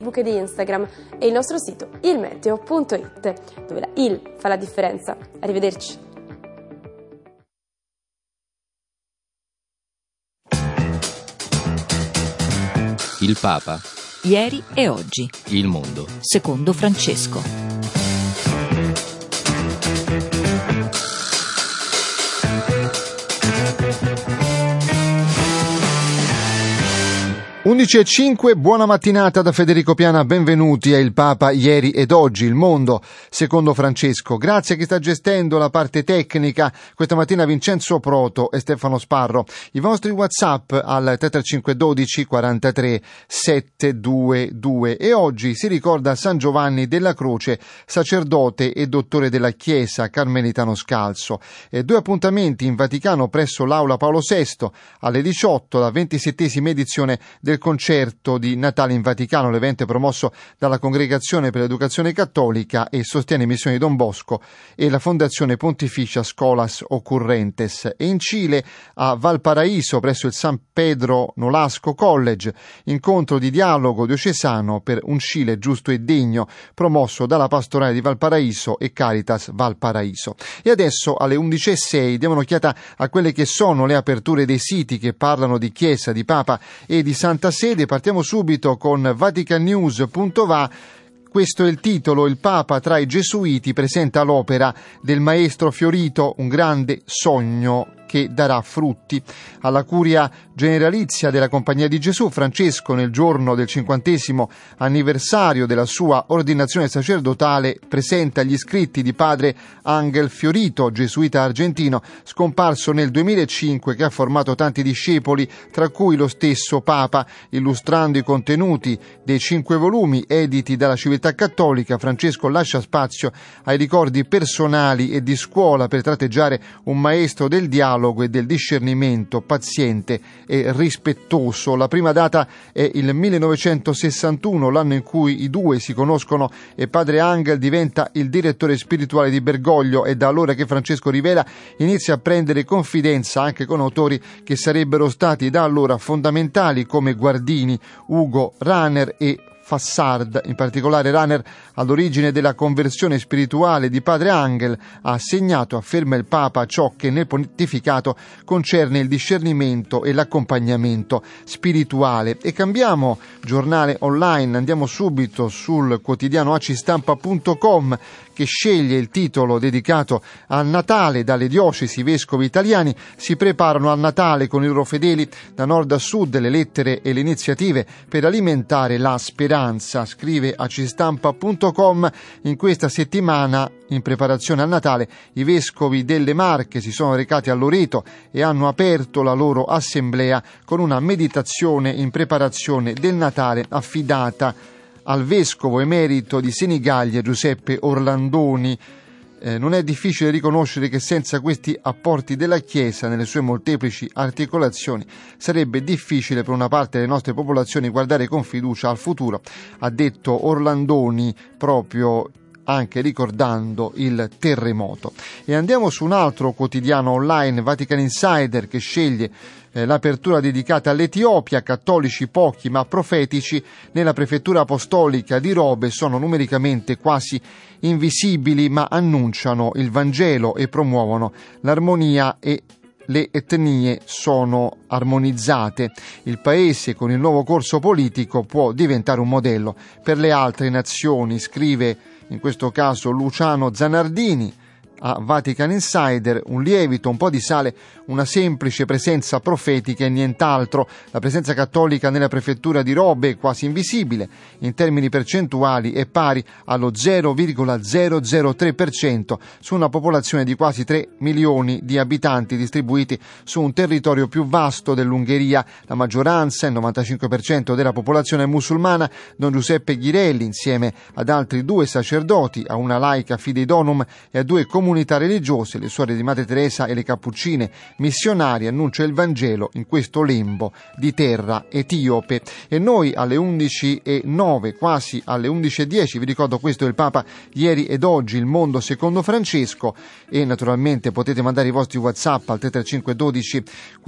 Facebook e di Instagram e il nostro sito ilmeteo.it, dove la il fa la differenza. Arrivederci. Il Papa. Ieri e oggi. Il mondo. Secondo Francesco. 11:05, buona mattinata da Federico Piana, benvenuti a Il Papa Ieri ed Oggi, il mondo secondo Francesco. Grazie a chi sta gestendo la parte tecnica, questa mattina Vincenzo Proto e Stefano Sparro. I vostri WhatsApp al 33512 43 722 e oggi si ricorda San Giovanni della Croce, sacerdote e dottore della Chiesa carmelitano scalzo. Due appuntamenti in Vaticano presso l'Aula Paolo VI alle 18, la 27esima edizione del concerto di Natale in Vaticano. L'evento è promosso dalla Congregazione per l'Educazione Cattolica e sostiene Missioni Don Bosco e la Fondazione Pontificia Scholas Occurrentes. E in Cile, a Valparaíso, presso il San Pedro Nolasco College, incontro di dialogo diocesano per un Cile giusto e degno, promosso dalla Pastorale di Valparaíso e Caritas Valparaíso. E adesso alle 11:06 diamo un'occhiata a quelle che sono le aperture dei siti che parlano di Chiesa, di Papa e di Santa Sede. Partiamo subito con vaticannews.va. Questo è il titolo: il Papa tra i Gesuiti presenta l'opera del maestro Fiorito, un grande sogno che darà frutti. Alla curia generalizia della Compagnia di Gesù, Francesco, nel giorno del 50° anniversario della sua ordinazione sacerdotale, presenta gli scritti di padre Ángel Fiorito, gesuita argentino, scomparso nel 2005, che ha formato tanti discepoli, tra cui lo stesso Papa. Illustrando i contenuti dei 5 volumi editi dalla Civiltà Cattolica, Francesco lascia spazio ai ricordi personali e di scuola per tratteggiare un maestro del dialogo e del discernimento, paziente e rispettoso. La prima data è il 1961, l'anno in cui i due si conoscono e padre Ángel diventa il direttore spirituale di Bergoglio, e da allora che Francesco rivela inizia a prendere confidenza anche con autori che sarebbero stati da allora fondamentali come Guardini, Ugo Rahner e Fassard. In particolare Rahner, all'origine della conversione spirituale di padre Ángel, ha segnato, afferma il Papa, ciò che nel pontificato concerne il discernimento e l'accompagnamento spirituale. E cambiamo giornale online, andiamo subito sul quotidiano acistampa.com, che sceglie il titolo dedicato al Natale. Dalle diocesi i vescovi italiani si preparano al Natale con i loro fedeli da nord a sud, le lettere e le iniziative per alimentare la speranza, scrive acistampa.com. In questa settimana, in preparazione al Natale, i vescovi delle Marche si sono recati a Loreto e hanno aperto la loro assemblea con una meditazione in preparazione del Natale affidata al vescovo emerito di Senigallia Giuseppe Orlandoni. Non è difficile riconoscere che senza questi apporti della Chiesa nelle sue molteplici articolazioni sarebbe difficile per una parte delle nostre popolazioni guardare con fiducia al futuro, ha detto Orlandoni, proprio anche ricordando il terremoto. E andiamo su un altro quotidiano online, Vatican Insider, che sceglie l'apertura dedicata all'Etiopia. Cattolici pochi ma profetici nella prefettura apostolica di Robe sono numericamente quasi invisibili, ma annunciano il Vangelo e promuovono l'armonia e le etnie sono armonizzate. Il paese con il nuovo corso politico può diventare un modello per le altre nazioni, scrive in questo caso Luciano Zanardini a Vatican Insider. Un lievito, un po' di sale, una semplice presenza profetica e nient'altro. La presenza cattolica nella prefettura di Robe è quasi invisibile. In termini percentuali è pari allo 0,003% su una popolazione di quasi 3 milioni di abitanti distribuiti su un territorio più vasto dell'Ungheria. La maggioranza, il 95% della popolazione è musulmana. Don Giuseppe Ghirelli, insieme ad altri 2 sacerdoti, a una laica fidei donum e a 2 comunità comunità religiose, le suore di Madre Teresa e le cappuccine missionarie, annuncia il Vangelo in questo lembo di terra etiope. E noi alle 11:09, quasi alle 11:10, vi ricordo questo è il Papa ieri ed oggi, il mondo secondo Francesco, e naturalmente potete mandare i vostri WhatsApp al 335 12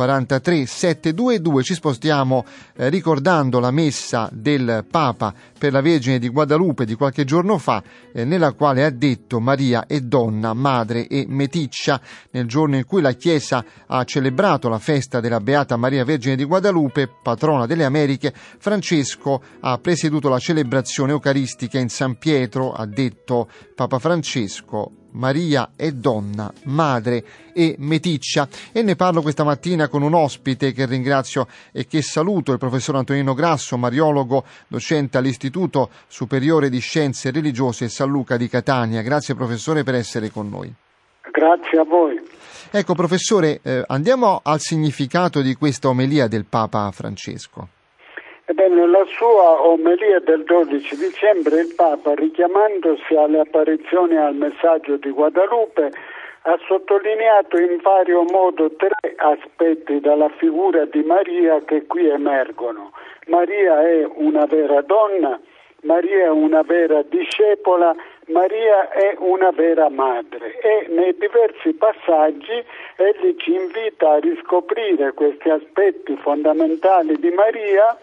43 722. Ci spostiamo ricordando la messa del Papa per la Vergine di Guadalupe di qualche giorno fa, nella quale ha detto: Maria è donna, madre e meticcia. Nel giorno in cui la Chiesa ha celebrato la festa della Beata Maria Vergine di Guadalupe, patrona delle Americhe, Francesco ha presieduto la celebrazione eucaristica in San Pietro. Ha detto Papa Francesco: Maria è donna, madre e meticcia. E ne parlo questa mattina con un ospite che ringrazio e che saluto, il professor Antonino Grasso, mariologo, docente all'Istituto Superiore di Scienze Religiose San Luca di Catania. Grazie professore per essere con noi. Grazie a voi. Ecco professore, andiamo al significato di questa omelia del Papa Francesco. Ebbene, nella sua omelia del 12 dicembre il Papa, richiamandosi alle apparizioni al messaggio di Guadalupe, ha sottolineato in vario modo tre aspetti dalla figura di Maria che qui emergono. Maria è una vera donna, Maria è una vera discepola, Maria è una vera madre, e nei diversi passaggi egli ci invita a riscoprire questi aspetti fondamentali di Maria,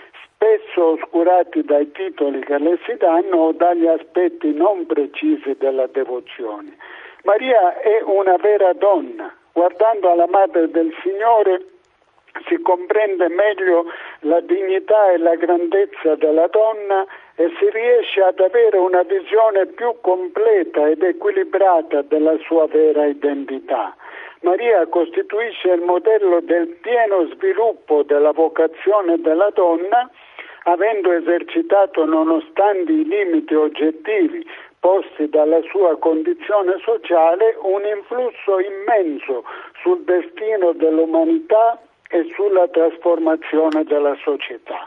spesso oscurati dai titoli che le si danno o dagli aspetti non precisi della devozione. Maria è una vera donna. Guardando alla Madre del Signore si comprende meglio la dignità e la grandezza della donna e si riesce ad avere una visione più completa ed equilibrata della sua vera identità. Maria costituisce il modello del pieno sviluppo della vocazione della donna, avendo esercitato, nonostante i limiti oggettivi posti dalla sua condizione sociale, un influsso immenso sul destino dell'umanità e sulla trasformazione della società.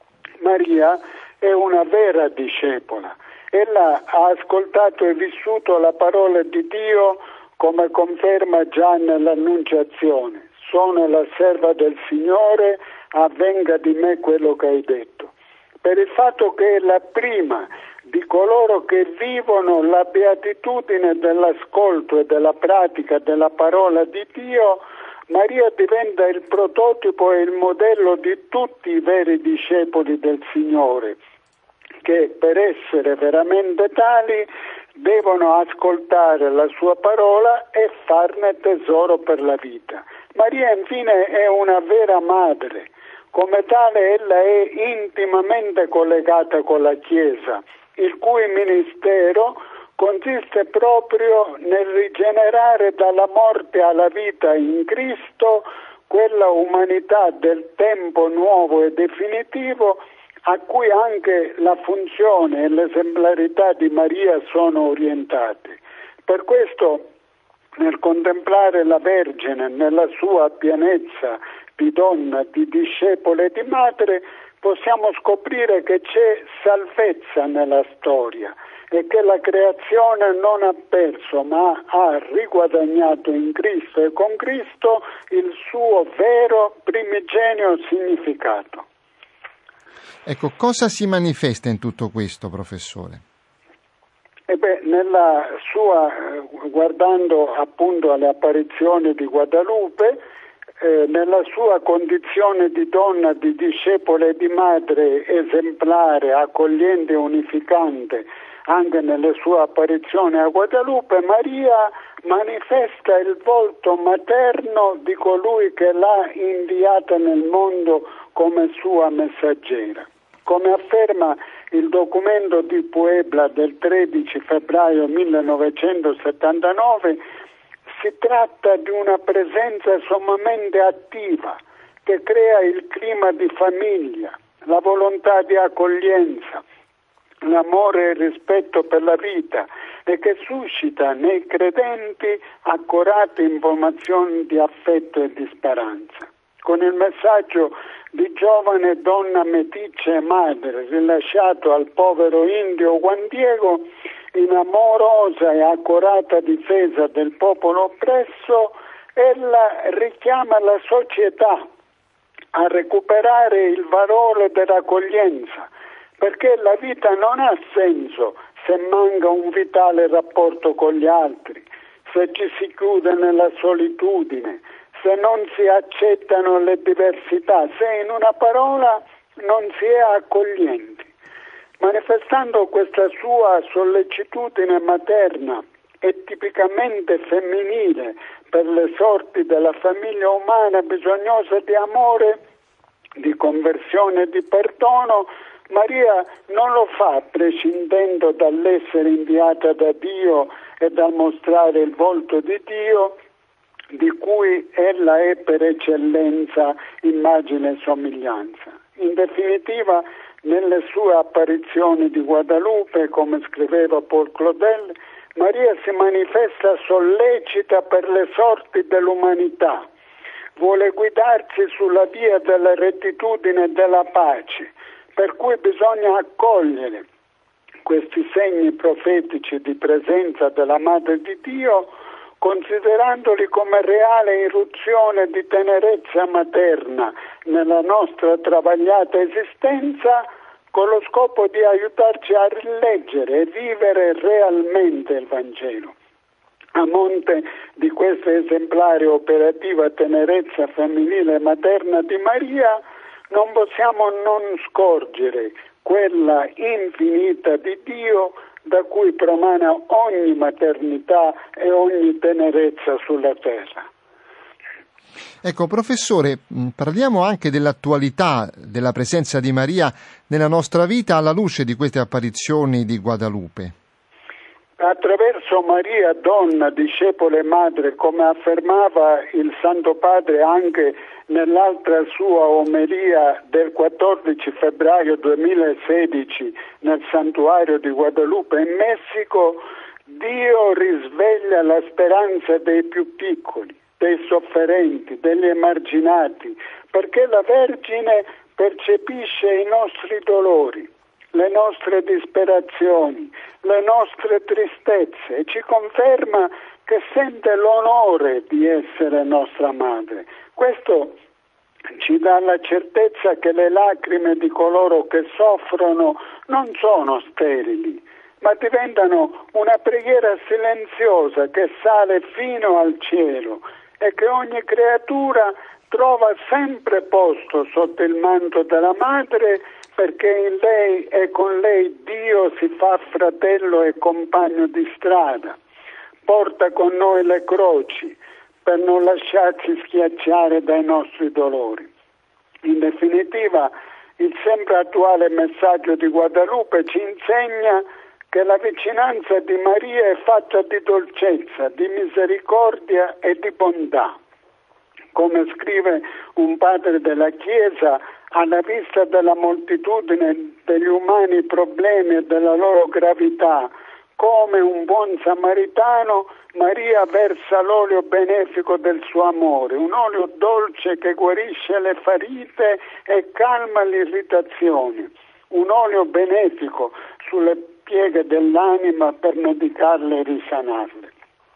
Maria è una vera discepola. Ella ha ascoltato e vissuto la parola di Dio, come conferma già nell'Annunciazione: sono la serva del Signore, avvenga di me quello che hai detto. Per il fatto che è la prima di coloro che vivono la beatitudine dell'ascolto e della pratica della parola di Dio, Maria diventa il prototipo e il modello di tutti i veri discepoli del Signore, che per essere veramente tali devono ascoltare la sua parola e farne tesoro per la vita. Maria infine è una vera madre. Come tale ella è intimamente collegata con la Chiesa, il cui ministero consiste proprio nel rigenerare dalla morte alla vita in Cristo quella umanità del tempo nuovo e definitivo a cui anche la funzione e l'esemplarità di Maria sono orientate. Per questo, nel contemplare la Vergine nella sua pienezza di donna, di discepola e di madre, possiamo scoprire che c'è salvezza nella storia e che la creazione non ha perso, ma ha riguadagnato in Cristo e con Cristo il suo vero primigenio significato. Ecco, cosa si manifesta in tutto questo, professore? Nella sua, guardando appunto alle apparizioni di Guadalupe, nella sua condizione di donna, di discepola e di madre esemplare, accogliente e unificante, anche nelle sue apparizioni a Guadalupe, Maria manifesta il volto materno di colui che l'ha inviata nel mondo come sua messaggera. Come afferma il documento di Puebla del 13 febbraio 1979, si tratta di una presenza sommamente attiva che crea il clima di famiglia, la volontà di accoglienza, l'amore e il rispetto per la vita e che suscita nei credenti accorate informazioni di affetto e di speranza. Con il messaggio di giovane donna meticcia e madre rilasciato al povero indio Juan Diego, in amorosa e accurata difesa del popolo oppresso, ella richiama la società a recuperare il valore dell'accoglienza, perché la vita non ha senso se manca un vitale rapporto con gli altri, se ci si chiude nella solitudine, se non si accettano le diversità, se in una parola non si è accoglienti. Manifestando questa sua sollecitudine materna e tipicamente femminile per le sorti della famiglia umana bisognosa di amore, di conversione e di perdono, Maria non lo fa prescindendo dall'essere inviata da Dio e dal mostrare il volto di Dio, di cui ella è per eccellenza immagine e somiglianza. In definitiva, nelle sue apparizioni di Guadalupe, come scriveva Paul Claudel, Maria si manifesta sollecita per le sorti dell'umanità, vuole guidarsi sulla via della rettitudine e della pace, per cui bisogna accogliere questi segni profetici di presenza della Madre di Dio, considerandoli come reale irruzione di tenerezza materna nella nostra travagliata esistenza, con lo scopo di aiutarci a rileggere e vivere realmente il Vangelo. A monte di questa esemplare operativa tenerezza femminile e materna di Maria, non possiamo non scorgere quella infinita di Dio da cui promana ogni maternità e ogni tenerezza sulla terra. Ecco, professore, parliamo anche dell'attualità della presenza di Maria nella nostra vita alla luce di queste apparizioni di Guadalupe. Attraverso Maria, donna, discepola e madre, come affermava il Santo Padre anche nell'altra sua omelia del 14 febbraio 2016 nel santuario di Guadalupe in Messico, Dio risveglia la speranza dei più piccoli, dei sofferenti, degli emarginati, perché la Vergine percepisce i nostri dolori, le nostre disperazioni, le nostre tristezze e ci conferma che sente l'onore di essere nostra madre. Questo ci dà la certezza che le lacrime di coloro che soffrono non sono sterili, ma diventano una preghiera silenziosa che sale fino al cielo e che ogni creatura trova sempre posto sotto il manto della madre, perché in lei e con lei Dio si fa fratello e compagno di strada, porta con noi le croci per non lasciarci schiacciare dai nostri dolori. In definitiva, il sempre attuale messaggio di Guadalupe ci insegna che la vicinanza di Maria è fatta di dolcezza, di misericordia e di bontà. Come scrive un padre della Chiesa, alla vista della moltitudine degli umani problemi e della loro gravità, come un buon samaritano, Maria versa l'olio benefico del suo amore, un olio dolce che guarisce le ferite e calma l'irritazione, un olio benefico sulle pieghe dell'anima per medicarle e risanarle.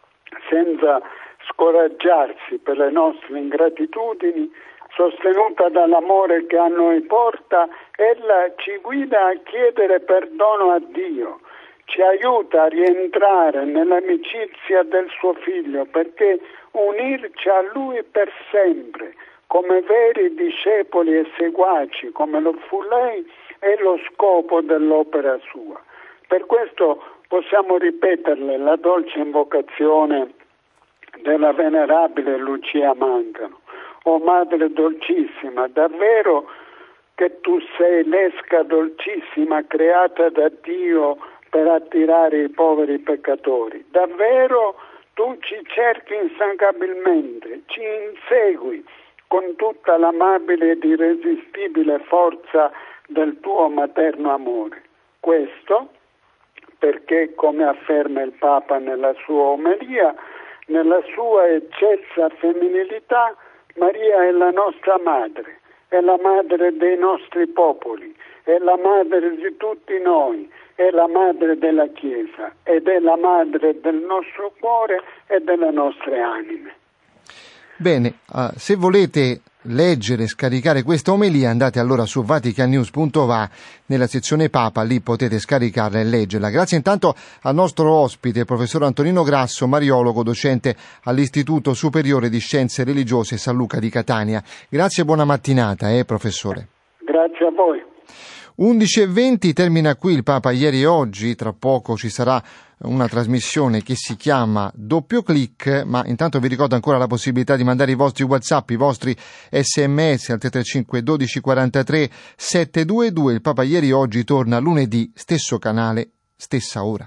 Senza scoraggiarsi per le nostre ingratitudini, sostenuta dall'amore che a noi porta, ella ci guida a chiedere perdono a Dio, ci aiuta a rientrare nell'amicizia del suo Figlio, perché unirci a Lui per sempre, come veri discepoli e seguaci, come lo fu lei, è lo scopo dell'opera sua. Per questo possiamo ripeterle la dolce invocazione della venerabile Lucia Mangano. O Madre dolcissima, davvero che tu sei l'esca dolcissima creata da Dio per attirare i poveri peccatori. Davvero tu ci cerchi instancabilmente, ci insegui con tutta l'amabile ed irresistibile forza del tuo materno amore. Questo perché, come afferma il Papa nella sua omelia, nella sua eccelsa femminilità, Maria è la nostra madre, è la madre dei nostri popoli, è la madre di tutti noi, è la madre della Chiesa ed è la madre del nostro cuore e delle nostre anime. Bene, se volete leggere e scaricare questa omelia andate allora su vaticannews.va nella sezione Papa, lì potete scaricarla e leggerla. Grazie intanto al nostro ospite, professor Antonino Grasso, mariologo, docente all'Istituto Superiore di Scienze Religiose San Luca di Catania. Grazie e buona mattinata, professore. Grazie a voi. 11:20 termina qui il Papa Ieri e Oggi, tra poco ci sarà una trasmissione che si chiama Doppio Clic, ma intanto vi ricordo ancora la possibilità di mandare i vostri WhatsApp, i vostri SMS al 335 12 43 722. Il Papa Ieri e Oggi torna lunedì, stesso canale, stessa ora.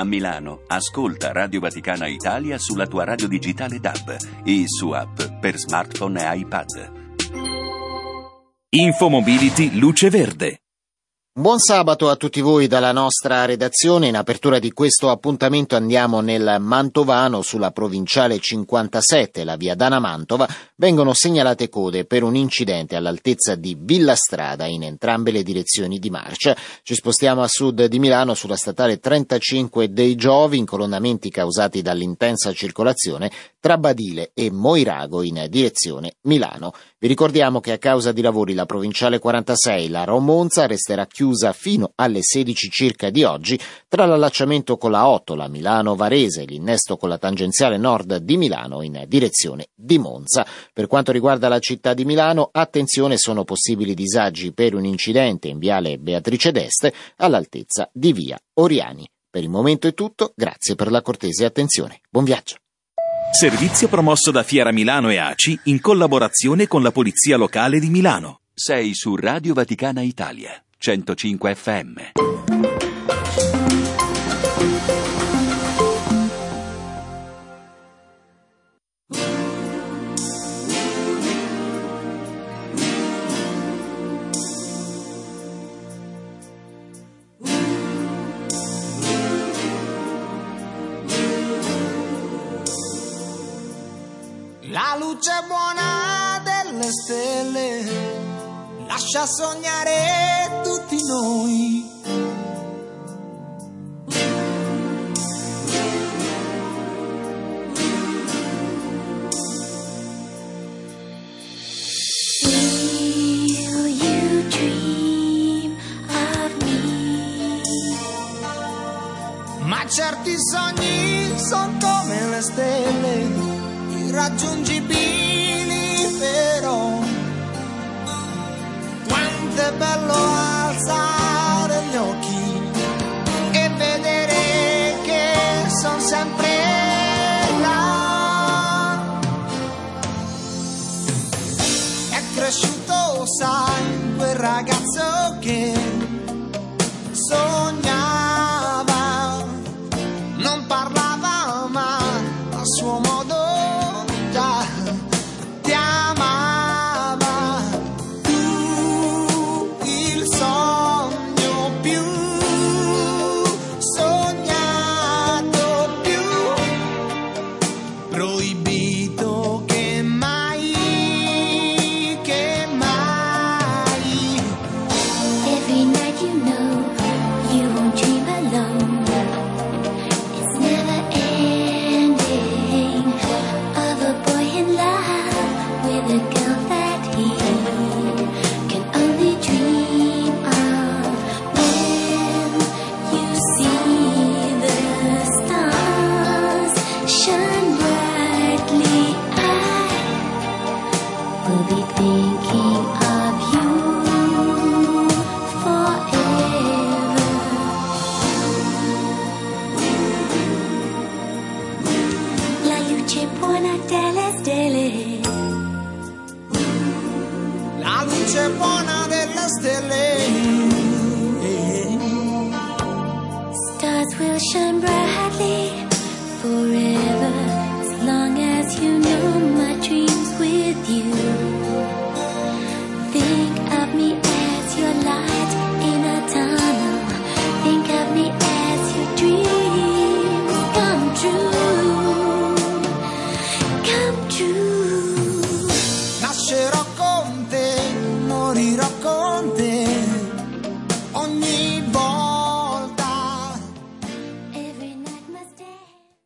Milano, ascolta Radio Vaticana Italia sulla tua radio digitale DAB e su app per smartphone e iPad. Infomobility Luce Verde. Buon sabato a tutti voi dalla nostra redazione. In apertura di questo appuntamento andiamo nel Mantovano, sulla provinciale 57, la via Dana Mantova. Vengono segnalate code per un incidente all'altezza di Villastrada in entrambe le direzioni di marcia. Ci spostiamo a sud di Milano sulla statale 35 dei Giovi, incolonnamenti causati dall'intensa circolazione tra Badile e Moirago in direzione Milano. Vi ricordiamo che a causa di lavori la provinciale 46, la Monza, resterà chiusa fino alle 16 circa di oggi tra l'allacciamento con la 8, la Milano-Varese, e l'innesto con la tangenziale nord di Milano in direzione di Monza. Per quanto riguarda la città di Milano, attenzione, sono possibili disagi per un incidente in viale Beatrice d'Este all'altezza di via Oriani. Per il momento è tutto, grazie per la cortese attenzione. Buon viaggio. Servizio promosso da Fiera Milano e ACI in collaborazione con la Polizia Locale di Milano. Sei su Radio Vaticana Italia, 105 FM. La luce buona delle stelle lascia sognare tutti noi. Will you dream of me? Ma certi sogni sono come le stelle, irraggiungibili però. Quanto è bello alzare gli occhi e vedere che sono sempre là. È cresciuto, sai, quel ragazzo che sognava, non parlava ma a suo modo ti amava. Tu il sogno più sognato, più proibito che mai, che mai. Every night you know you won't dream alone. It's never ending of a boy in love with a girl that he can only dream of. When you see the stars shine brightly, I will be thinking of you forever. La luce buona delle stelle, La luce buona delle stelle. stars will shine brightly forever, as long as you know my dreams with you. Think of me as your light in a tunnel. Think of me as your dreams come true, come true. Nascerò con te, morirò con te, ogni volta. Every night must stay.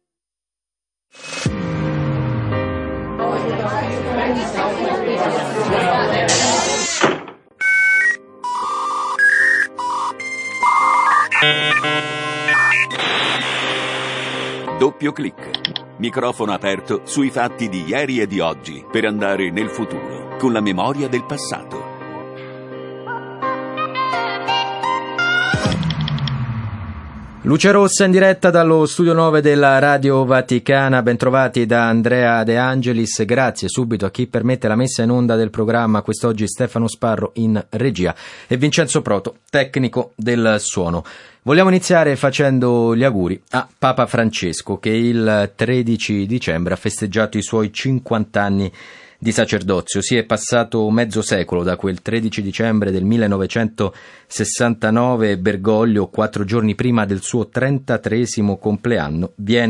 Doppio clic. Microfono aperto sui fatti di ieri e di oggi per andare nel futuro con la memoria del passato. Luce Rossa in diretta dallo studio 9 della Radio Vaticana, bentrovati da Andrea De Angelis, grazie subito a chi permette la messa in onda del programma, quest'oggi Stefano Sparro in regia e Vincenzo Proto, tecnico del suono. Vogliamo iniziare facendo gli auguri a Papa Francesco che il 13 dicembre ha festeggiato i suoi 50 anni di sacerdozio. Si è passato mezzo secolo da quel 13 dicembre del 1969. Bergoglio, 4 giorni prima del suo 33esimo compleanno, viene